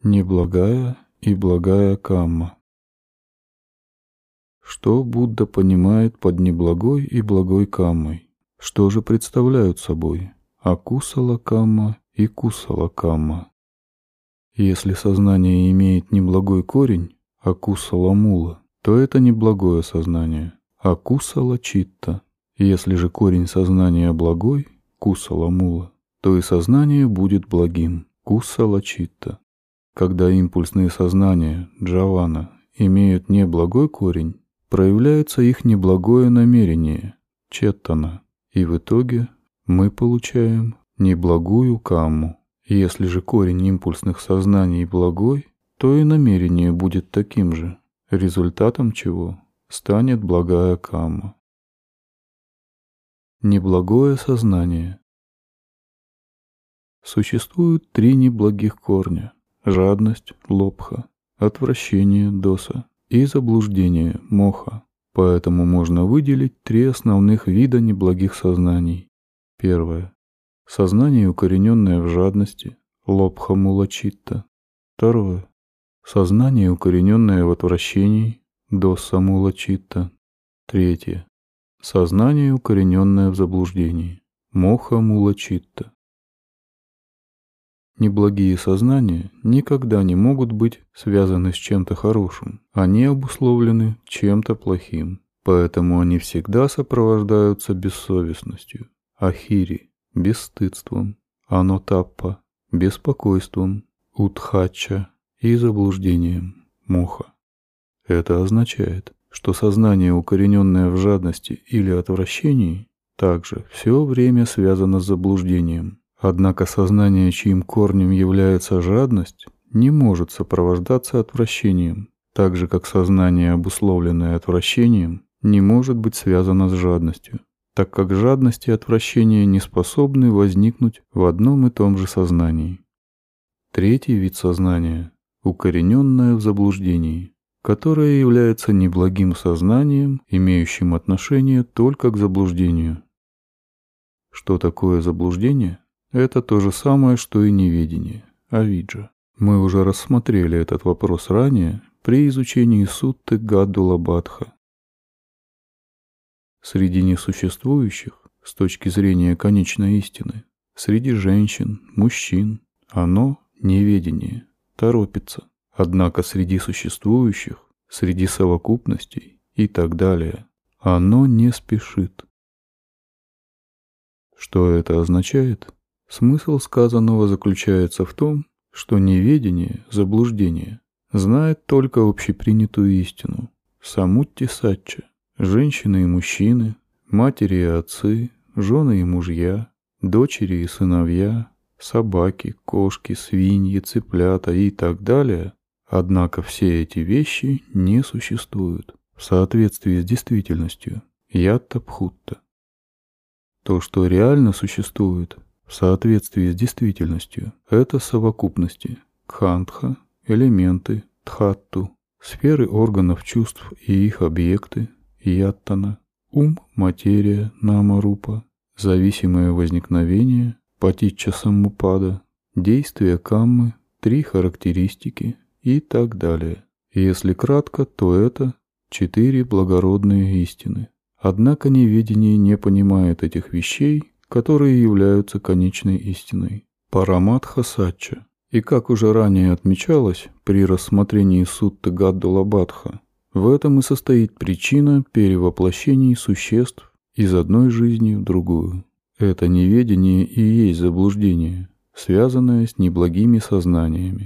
Неблагая и благая камма. Что Будда понимает под неблагой и благой каммой? Что же представляют собой акусала камма и кусала камма? Если сознание имеет неблагой корень, акусала мула, то это неблагое сознание, акусала читта. Если же корень сознания благой, кусала мула, то и сознание будет благим, кусала читта. Когда импульсные сознания, джавана, имеют неблагой корень, проявляется их неблагое намерение, четтана, и в итоге мы получаем неблагую камму. Если же корень импульсных сознаний благой, то и намерение будет таким же, результатом чего станет благая камма. Неблагое сознание. Существуют 3 неблагих корня: жадность, лобха, отвращение, доса и заблуждение, моха. Поэтому можно выделить 3 основных вида неблагих сознаний. Первое. Сознание, укорененное в жадности, лобха мула читта. Второе. Сознание, укорененное в отвращении, доса мула читта. Третье. Сознание, укорененное в заблуждении, моха мула читта. Неблагие сознания никогда не могут быть связаны с чем-то хорошим. Они обусловлены чем-то плохим. Поэтому они всегда сопровождаются бессовестностью, ахири, бесстыдством, анотаппа, беспокойством, утхача и заблуждением, моха. Это означает, что сознание, укорененное в жадности или отвращении, также все время связано с заблуждением. Однако сознание, чьим корнем является жадность, не может сопровождаться отвращением, так же как сознание, обусловленное отвращением, не может быть связано с жадностью, так как жадность и отвращение не способны возникнуть в одном и том же сознании. Третий вид сознания – укорененное в заблуждении, которое является неблагим сознанием, имеющим отношение только к заблуждению. Что такое заблуждение? Это то же самое, что и неведение, авиджа. Мы уже рассмотрели этот вопрос ранее при изучении сутты Гаддулабадха. Среди несуществующих, с точки зрения конечной истины, среди женщин, мужчин, оно, неведение, торопится. Однако среди существующих, среди совокупностей и так далее, оно не спешит. Что это означает? Смысл сказанного заключается в том, что неведение, заблуждение, знает только общепринятую истину, самутти сатча, женщины и мужчины, матери и отцы, жены и мужья, дочери и сыновья, собаки, кошки, свиньи, цыплята и так далее. Однако все эти вещи не существуют в соответствии с действительностью, ятта-бхутта. То, что реально существует в соответствии с действительностью, это совокупности, кхантха, элементы, дхатту, сферы органов чувств и их объекты, яттана, ум, материя, нама-рупа, зависимое возникновение, патичча саммупада, действия каммы, 3 характеристики и так далее. Если кратко, то это 4 благородные истины. Однако неведение не понимает этих вещей, которые являются конечной истиной. Параматха сатча. И как уже ранее отмечалось при рассмотрении сутты Гаддулабадха, в этом и состоит причина перевоплощений существ из одной жизни в другую. Это неведение и есть заблуждение, связанное с неблагими сознаниями.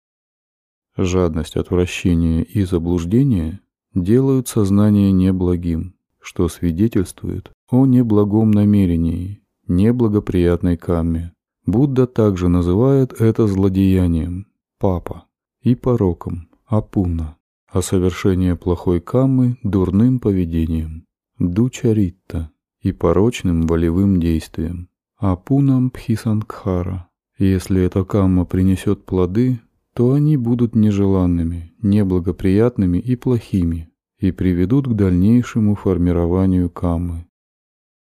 Жадность, отвращение и заблуждение делают сознание неблагим, что свидетельствует о неблагом намерении, неблагоприятной камме. Будда также называет это злодеянием, папа, и пороком, апунна, а совершение плохой каммы дурным поведением, дучаритта, и порочным волевым действием, апунам пхисангхара. Если эта камма принесет плоды, то они будут нежеланными, неблагоприятными и плохими и приведут к дальнейшему формированию каммы.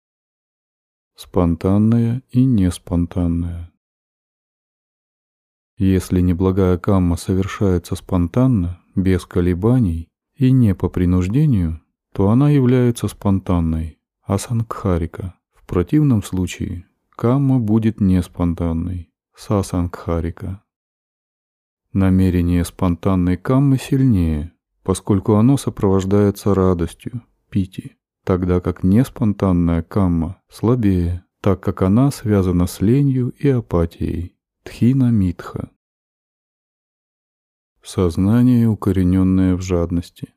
Спонтанная и неспонтанная. Если неблагая камма совершается спонтанно, без колебаний и не по принуждению, то она является спонтанной, асангхарика. В противном случае камма будет неспонтанной, сасангхарика. Намерение спонтанной каммы сильнее, поскольку оно сопровождается радостью, пити, тогда как неспонтанная камма слабее, так как она связана с ленью и апатией, тхина-митха. Сознание, укорененное в жадности.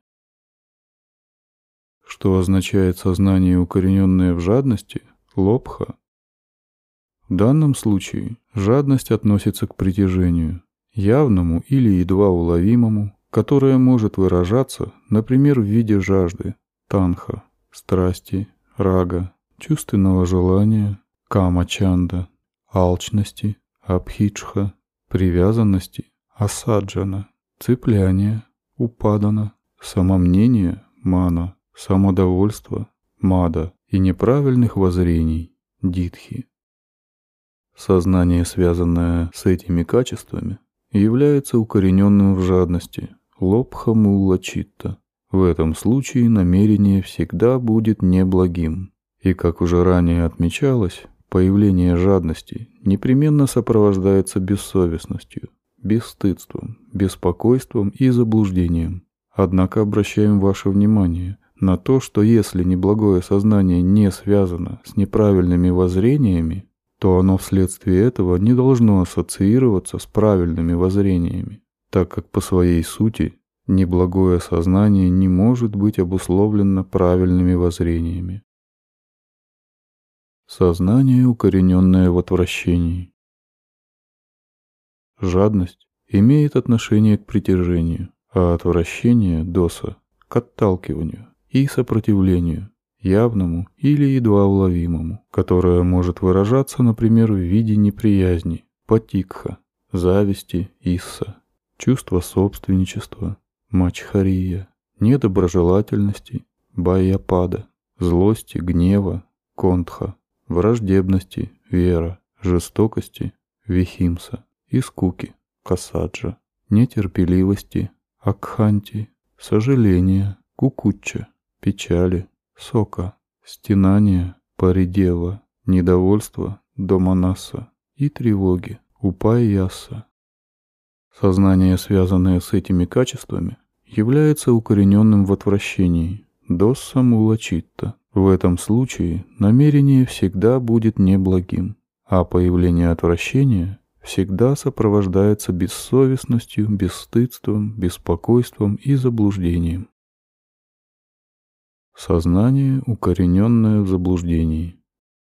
Что означает сознание, укорененное в жадности? Лобха. В данном случае жадность относится к притяжению, явному или едва уловимому, которое может выражаться, например, в виде жажды, танха, страсти, рага, чувственного желания, кама-чанда, алчности, абхиджха, привязанности, асаджана, цепляния, упадана, самомнения, мана, самодовольства, мада и неправильных воззрений, дитхи. Сознание, связанное с этими качествами, является укорененным в жадности, лобха-мулла-читта. В этом случае намерение всегда будет неблагим. И, как уже ранее отмечалось, появление жадности непременно сопровождается бессовестностью, бесстыдством, беспокойством и заблуждением. Однако обращаем ваше внимание на то, что если неблагое сознание не связано с неправильными воззрениями, то оно вследствие этого не должно ассоциироваться с правильными воззрениями, так как по своей сути неблагое сознание не может быть обусловлено правильными воззрениями. Сознание, укорененное в отвращении. Жадность имеет отношение к притяжению, а отвращение, доса, к отталкиванию и сопротивлению, явному или едва уловимому, которое может выражаться, например, в виде неприязни, патикха, зависти, исса, чувства собственничества, мачхария, недоброжелательности, байяпада, злости, гнева, контха, враждебности, вера, жестокости, вихимса и скуки, касаджа, нетерпеливости, акханти, сожаления, кукучча, печали, сока, стенания, паридева, недовольства, доманаса и тревоги, упайяса. Сознание, связанное с этими качествами, является укорененным в отвращении, досса-мула-читта. В этом случае намерение всегда будет неблагим, а появление отвращения всегда сопровождается бессовестностью, бесстыдством, беспокойством и заблуждением. Сознание, укорененное в заблуждении.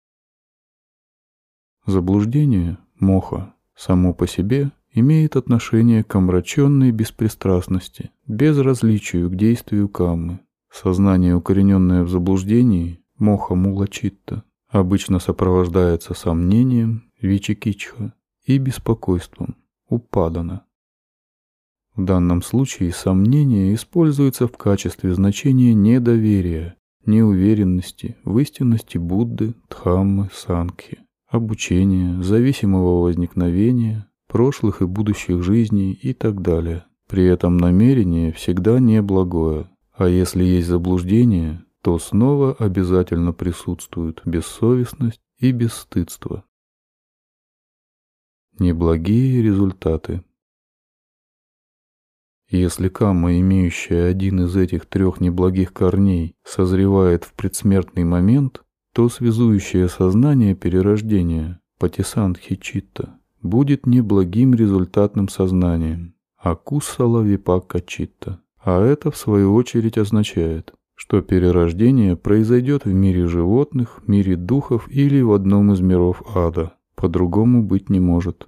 Заблуждение, моха, само по себе имеет отношение к омраченной беспристрастности, безразличию к действию каммы. Сознание, укорененное в заблуждении, моха-мула-читта, обычно сопровождается сомнением, вичикичха, и беспокойством, упадана. В данном случае сомнение используется в качестве значения недоверия, неуверенности в истинности Будды, Дхаммы, Сангхи, обучения, зависимого возникновения, прошлых и будущих жизней и так далее. При этом намерение всегда неблагое, а если есть заблуждение, то снова обязательно присутствуют бессовестность и бесстыдство. Неблагие результаты. Если камма, имеющая один из этих трех неблагих корней, созревает в предсмертный момент, то связующее сознание перерождения, патисандхи-читта, будет неблагим результатным сознанием, акуссала-випакка-читта. А это, в свою очередь, означает, что перерождение произойдет в мире животных, мире духов или в одном из миров ада. По-другому быть не может.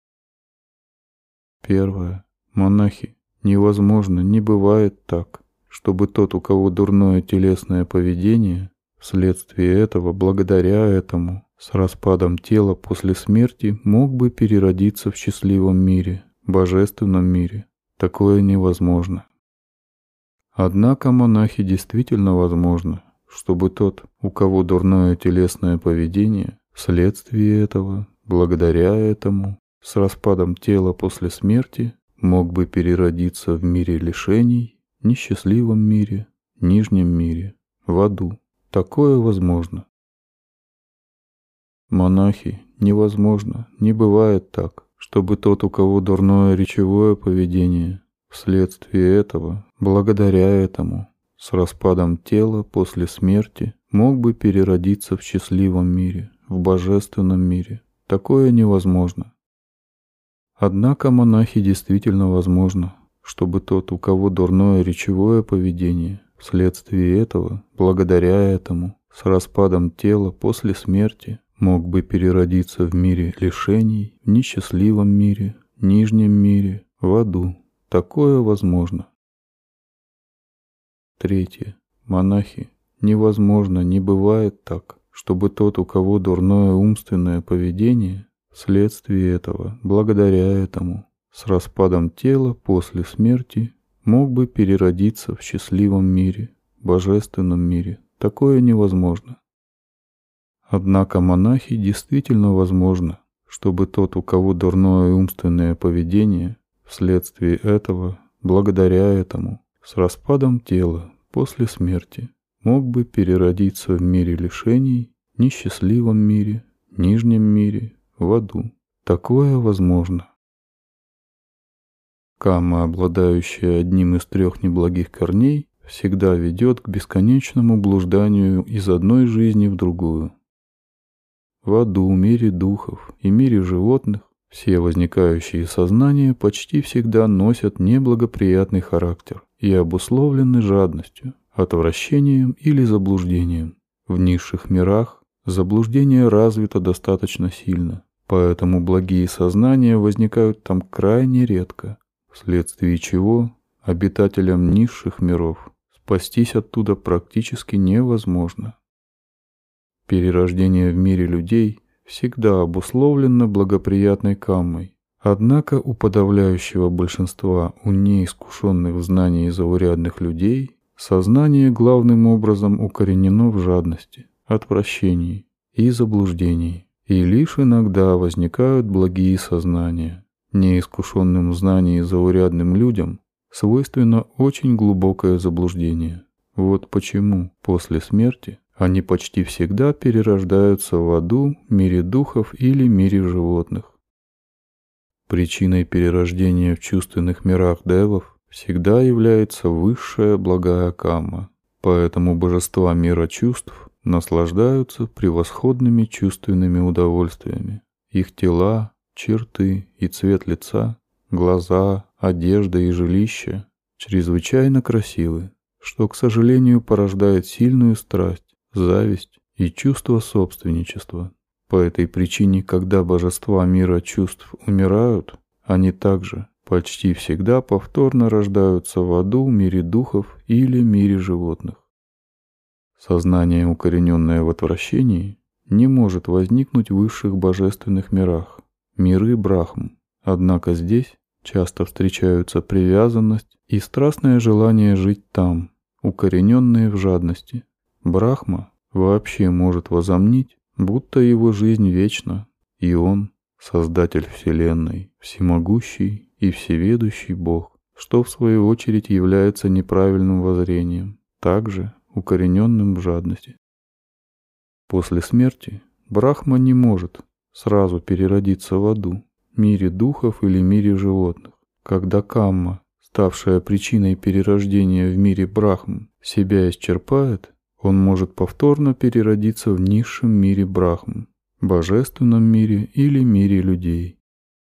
Первое. Монахи, невозможно, не бывает так, чтобы тот, у кого дурное телесное поведение, вследствие этого, благодаря этому, с распадом тела после смерти мог бы переродиться в счастливом мире, божественном мире. Такое невозможно. Однако, монахи, действительно возможно, чтобы тот, у кого дурное телесное поведение, вследствие этого, благодаря этому, с распадом тела после смерти мог бы переродиться в мире лишений, несчастливом мире, нижнем мире, в аду. Такое возможно. Монахи, невозможно, не бывает так, чтобы тот, у кого дурное речевое поведение, вследствие этого, благодаря этому, с распадом тела после смерти, мог бы переродиться в счастливом мире, в божественном мире. Такое невозможно. Однако, монахи, действительно возможно, чтобы тот, у кого дурное речевое поведение, вследствие этого, благодаря этому, с распадом тела после смерти, мог бы переродиться в мире лишений, в несчастливом мире, нижнем мире, в аду. Такое возможно. Третье. Монахи, невозможно, не бывает так, чтобы тот, у кого дурное умственное поведение, вследствие этого, благодаря этому, с распадом тела после смерти, мог бы переродиться в счастливом мире, божественном мире. Такое невозможно. Однако, монахи, действительно возможно, чтобы тот, у кого дурное умственное поведение, вследствие этого, благодаря этому, с распадом тела после смерти, мог бы переродиться в мире лишений, несчастливом мире, нижнем мире, в аду. Такое возможно. Камма, обладающая одним из 3 неблагих корней, всегда ведет к бесконечному блужданию из одной жизни в другую. В аду, мире духов и мире животных все возникающие сознания почти всегда носят неблагоприятный характер и обусловлены жадностью, отвращением или заблуждением. В низших мирах заблуждение развито достаточно сильно, поэтому благие сознания возникают там крайне редко, вследствие чего обитателям низших миров спастись оттуда практически невозможно. Перерождение в мире людей всегда обусловлено благоприятной каммой. Однако у подавляющего большинства у неискушенных в знании заурядных людей сознание главным образом укоренено в жадности, отвращении и заблуждении, и лишь иногда возникают благие сознания. Неискушенным в знании заурядным людям свойственно очень глубокое заблуждение. Вот почему после смерти они почти всегда перерождаются в аду, мире духов или мире животных. Причиной перерождения в чувственных мирах девов всегда является высшая благая камма, поэтому божества мира чувств наслаждаются превосходными чувственными удовольствиями. Их тела, черты и цвет лица, глаза, одежда и жилище чрезвычайно красивы, что, к сожалению, порождает сильную страсть, зависть и чувство собственничества. По этой причине, когда божества мира чувств умирают, они также почти всегда повторно рождаются в аду, мире духов или мире животных. Сознание, укорененное в отвращении, не может возникнуть в высших божественных мирах, миры Брахм. Однако здесь часто встречаются привязанность и страстное желание жить там, укорененные в жадности. Брахма вообще может возомнить, будто его жизнь вечна, и он — Создатель Вселенной, всемогущий и всеведущий Бог, что в свою очередь является неправильным воззрением, также укорененным в жадности. После смерти Брахма не может сразу переродиться в аду, мире духов или мире животных. Когда камма, ставшая причиной перерождения в мире Брахм, себя исчерпает, он может повторно переродиться в низшем мире Брахм, божественном мире или мире людей.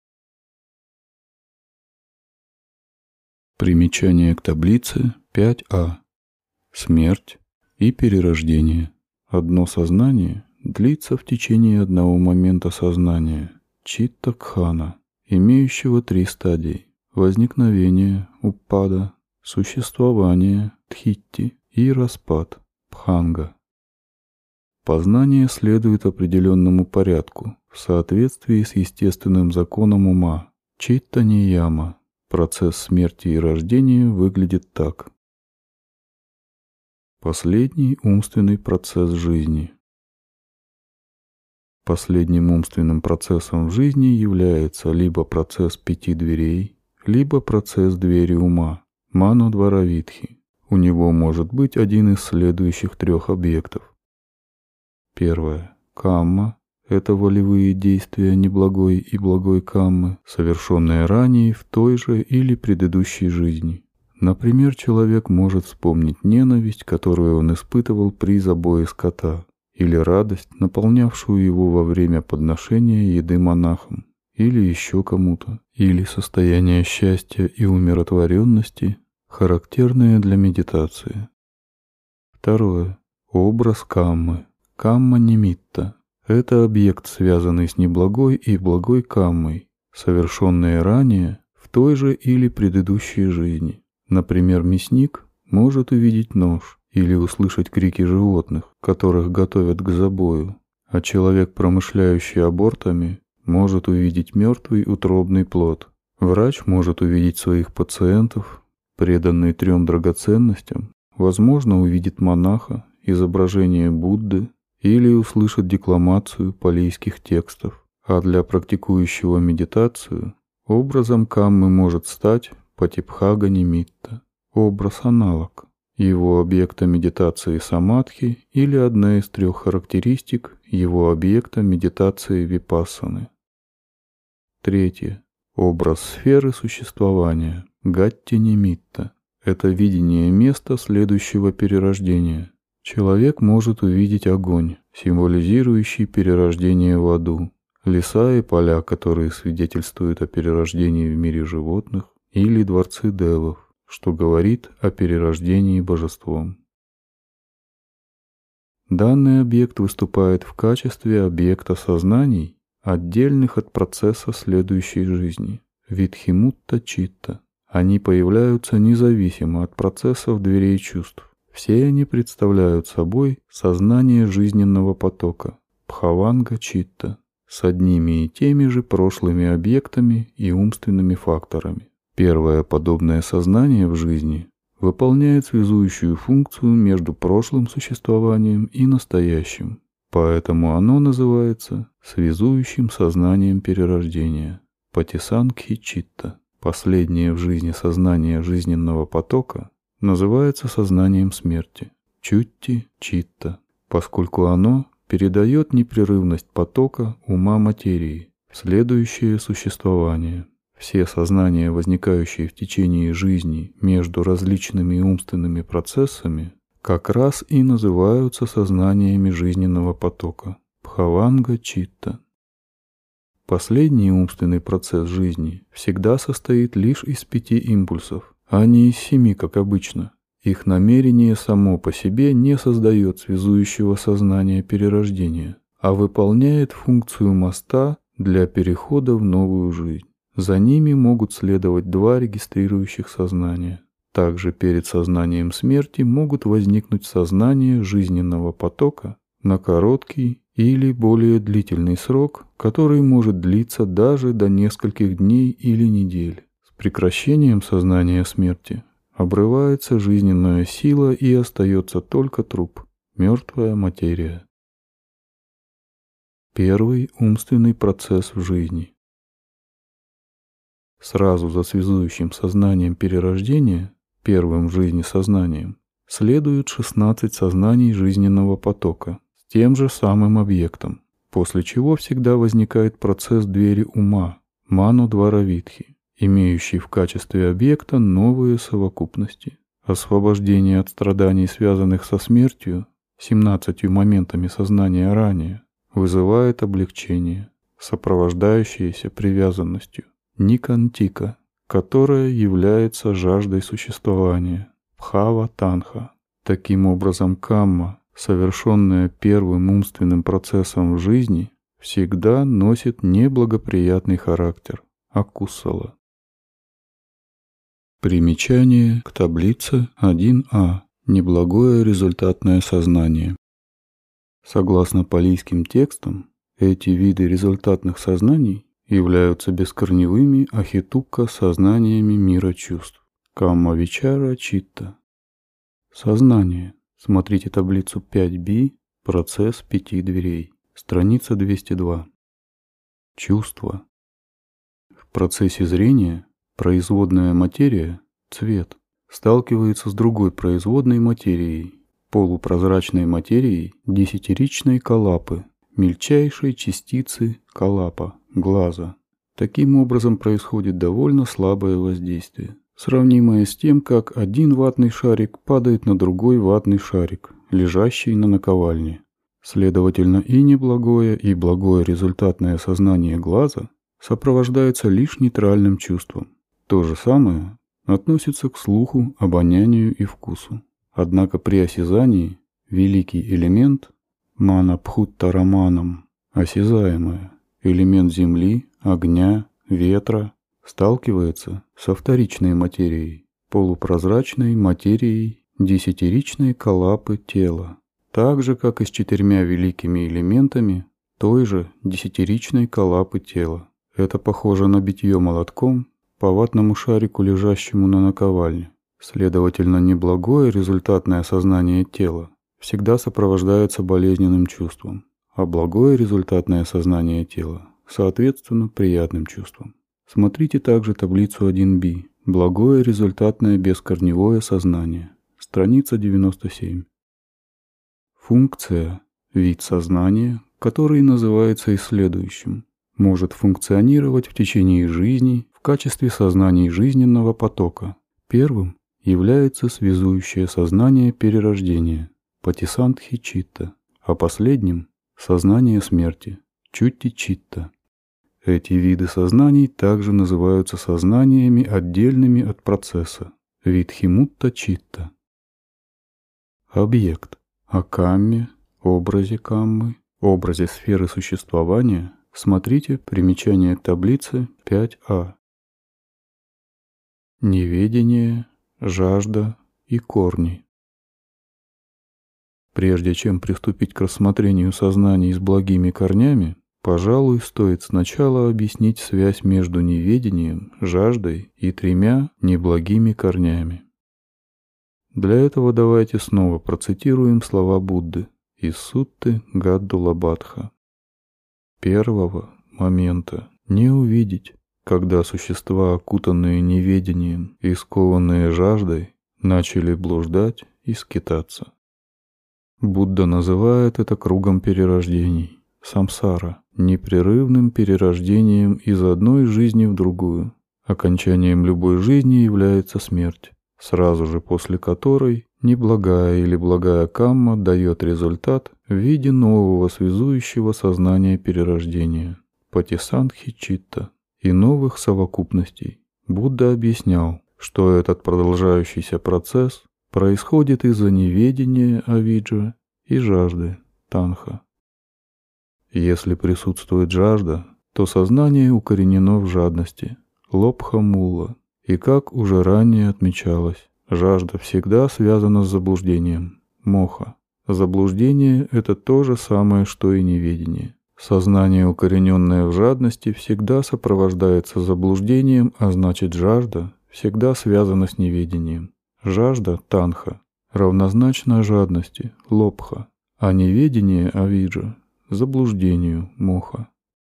Примечание к таблице 5а. Смерть и перерождение. Одно сознание длится в течение одного момента сознания, читта-кхана, имеющего 3 стадии: возникновение, уппада, существование, тхитти, и распад, пханга. Познание следует определенному порядку, в соответствии с естественным законом ума, читта-нияма. Процесс смерти и рождения выглядит так. Последний умственный процесс жизни. Последним умственным процессом в жизни является либо процесс 5 дверей, либо процесс двери ума, Манодваравидхи. У него может быть один из следующих 3 объектов. Первое. Камма. Это волевые действия неблагой и благой каммы, совершенные ранее в той же или предыдущей жизни. Например, человек может вспомнить ненависть, которую он испытывал при забое скота, или радость, наполнявшую его во время подношения еды монахам, или еще кому-то, или состояние счастья и умиротворенности, характерное для медитации. Второе. Образ каммы. Камма-нимитта. Это объект, связанный с неблагой и благой каммой, совершенные ранее в той же или предыдущей жизни. Например, мясник может увидеть нож или услышать крики животных, которых готовят к забою, а человек, промышляющий абортами, может увидеть мертвый утробный плод. Врач может увидеть своих пациентов, преданный 3 драгоценностям, возможно, увидит монаха, изображение Будды или услышит декламацию палийских текстов. А для практикующего медитацию образом каммы может стать Патипхага-нимитта, образ-аналог. Его объекта медитации самадхи или одна из 3 характеристик его объекта медитации випассаны. Третье. Образ сферы существования, гатти-нимитта. Это видение места следующего перерождения. Человек может увидеть огонь, символизирующий перерождение в аду, леса и поля, которые свидетельствуют о перерождении в мире животных, или дворцы девов, что говорит о перерождении божеством. Данный объект выступает в качестве объекта сознаний, отдельных от процесса следующей жизни, видхимутта-читта. Они появляются независимо от процессов дверей чувств. Все они представляют собой сознание жизненного потока, бхаванга-читта, с одними и теми же прошлыми объектами и умственными факторами. Первое подобное сознание в жизни выполняет связующую функцию между прошлым существованием и настоящим, поэтому оно называется связующим сознанием перерождения, патисангхи-читта. Последнее в жизни сознание жизненного потока называется сознанием смерти, чутти-читта, поскольку оно передает непрерывность потока ума материи в следующее существование. Все сознания, возникающие в течение жизни между различными умственными процессами, как раз и называются сознаниями жизненного потока, бхаванга-читта. Последний умственный процесс жизни всегда состоит лишь из 5 импульсов, а не из 7, как обычно. Их намерение само по себе не создает связующего сознания перерождения, а выполняет функцию моста для перехода в новую жизнь. За ними могут следовать 2 регистрирующих сознания. Также перед сознанием смерти могут возникнуть сознания жизненного потока на короткий или более длительный срок, который может длиться даже до нескольких дней или недель. С прекращением сознания смерти обрывается жизненная сила и остается только труп, мертвая материя. Первый умственный процесс в жизни. Сразу за связующим сознанием перерождения, первым в жизни сознанием, следует 16 сознаний жизненного потока с тем же самым объектом, после чего всегда возникает процесс двери ума, Манодваравидхи, имеющий в качестве объекта новые совокупности. Освобождение от страданий, связанных со смертью, 17 моментами сознания ранее, вызывает облегчение, сопровождающееся привязанностью, никантика, которая является жаждой существования, бхава-танха. Таким образом, камма, совершенная первым умственным процессом в жизни, всегда носит неблагоприятный характер, акусала. Примечание к таблице 1а. Неблагое результатное сознание. Согласно палийским текстам, эти виды результатных сознаний являются бескорневыми ахитукка сознаниями мира чувств. Камма-вичара-читта. Сознание. Смотрите таблицу 5b, процесс 5 дверей. Страница 202. Чувство. В процессе зрения производная материя, цвет, сталкивается с другой производной материей, полупрозрачной материей десятиричной калапы, мельчайшей частицы калапа, глаза. Таким образом происходит довольно слабое воздействие, сравнимое с тем, как один ватный шарик падает на другой ватный шарик, лежащий на наковальне. Следовательно, и неблагое, и благое результатное сознание глаза сопровождается лишь нейтральным чувством. То же самое относится к слуху, обонянию и вкусу. Однако при осязании великий элемент мана-бхуттараманам, осязаемое, элемент земли, огня, ветра, сталкивается со вторичной материей, полупрозрачной материей десятиричной калапы тела, так же, как и с 4 великими элементами той же десятиричной калапы тела. Это похоже на битье молотком по ватному шарику, лежащему на наковальне. Следовательно, неблагое результатное сознание тела всегда сопровождается болезненным чувством, а благое результатное сознание тела, соответственно, приятным чувством. Смотрите также таблицу 1b «Благое результатное бескорневое сознание», страница 97. Функция – вид сознания, который называется и следующим, может функционировать в течение жизни в качестве сознаний жизненного потока. Первым является связующее сознание перерождения – патисандхи-читта, а последним – сознание смерти – чутти-читта. Эти виды сознаний также называются сознаниями, отдельными от процесса – видхимутта-читта. Объект о камме, образе каммы, образе сферы существования смотрите примечание таблицы 5а. Неведение, жажда и корни. Прежде чем приступить к рассмотрению сознаний с благими корнями, пожалуй, стоит сначала объяснить связь между неведением, жаждой и 3 неблагими корнями. Для этого давайте снова процитируем слова Будды из Сутты Гаддулабадха. Первого момента не увидеть, когда существа, окутанные неведением и скованные жаждой, начали блуждать и скитаться. Будда называет это кругом перерождений, самсара, непрерывным перерождением из одной жизни в другую. Окончанием любой жизни является смерть, сразу же после которой неблагая или благая камма дает результат в виде нового связующего сознания перерождения, патисандхи-читта, и новых совокупностей. Будда объяснял, что этот продолжающийся процесс происходит из-за неведения авиджа и жажды танха. Если присутствует жажда, то сознание укоренено в жадности, лобха-мулла, и как уже ранее отмечалось, жажда всегда связана с заблуждением, моха. Заблуждение – это то же самое, что и неведение. Сознание, укорененное в жадности, всегда сопровождается заблуждением, а значит жажда всегда связана с неведением. Жажда – танха, равнозначна жадности, лобха, а неведение – авиджа, заблуждению, моха.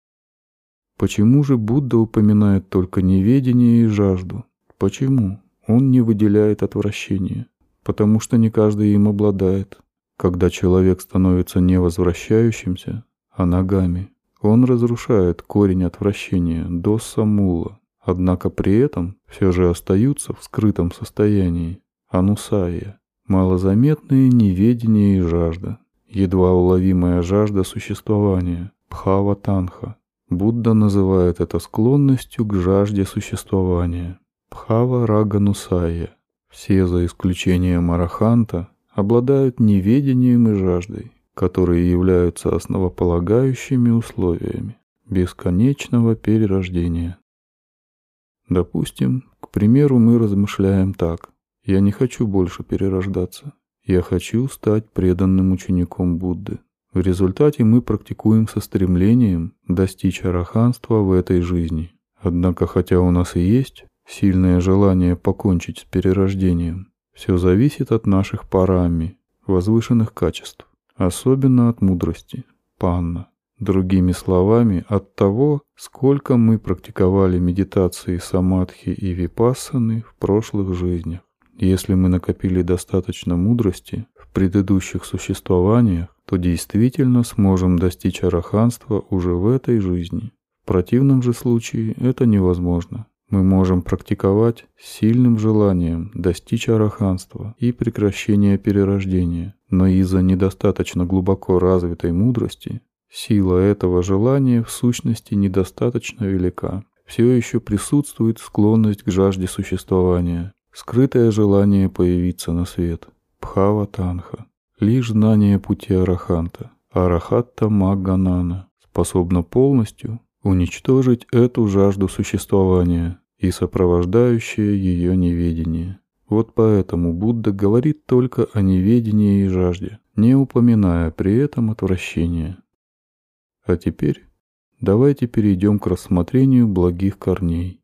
Почему же Будда упоминает только неведение и жажду? Почему? Он не выделяет отвращение, потому что не каждый им обладает. Когда человек становится невозвращающимся, а ногами, он разрушает корень отвращения досса-мула, однако при этом все же остаются в скрытом состоянии анусайя, малозаметные неведение и жажда, едва уловимая жажда существования, бхава-танха. Будда называет это склонностью к жажде существования, бхава-раганусайя. Все, за исключением араханта, обладают неведением и жаждой, которые являются основополагающими условиями бесконечного перерождения. Допустим, к примеру, мы размышляем так: «Я не хочу больше перерождаться, я хочу стать преданным учеником Будды». В результате мы практикуем со стремлением достичь араханства в этой жизни. Однако, хотя у нас и есть сильное желание покончить с перерождением, все зависит от наших парами, возвышенных качеств, особенно от мудрости, панна. Другими словами, от того, сколько мы практиковали медитации самадхи и випассаны в прошлых жизнях. Если мы накопили достаточно мудрости в предыдущих существованиях, то действительно сможем достичь араханства уже в этой жизни. В противном же случае это невозможно. Мы можем практиковать с сильным желанием достичь араханства и прекращения перерождения, но из-за недостаточно глубоко развитой мудрости сила этого желания в сущности недостаточно велика. Все еще присутствует склонность к жажде существования, скрытое желание появиться на свет, бхава-танха. Лишь знание пути араханта, арахатта-магганана, способно полностью уничтожить эту жажду существования и сопровождающее ее неведение. Вот поэтому Будда говорит только о неведении и жажде, не упоминая при этом отвращения. А теперь давайте перейдем к рассмотрению благих корней.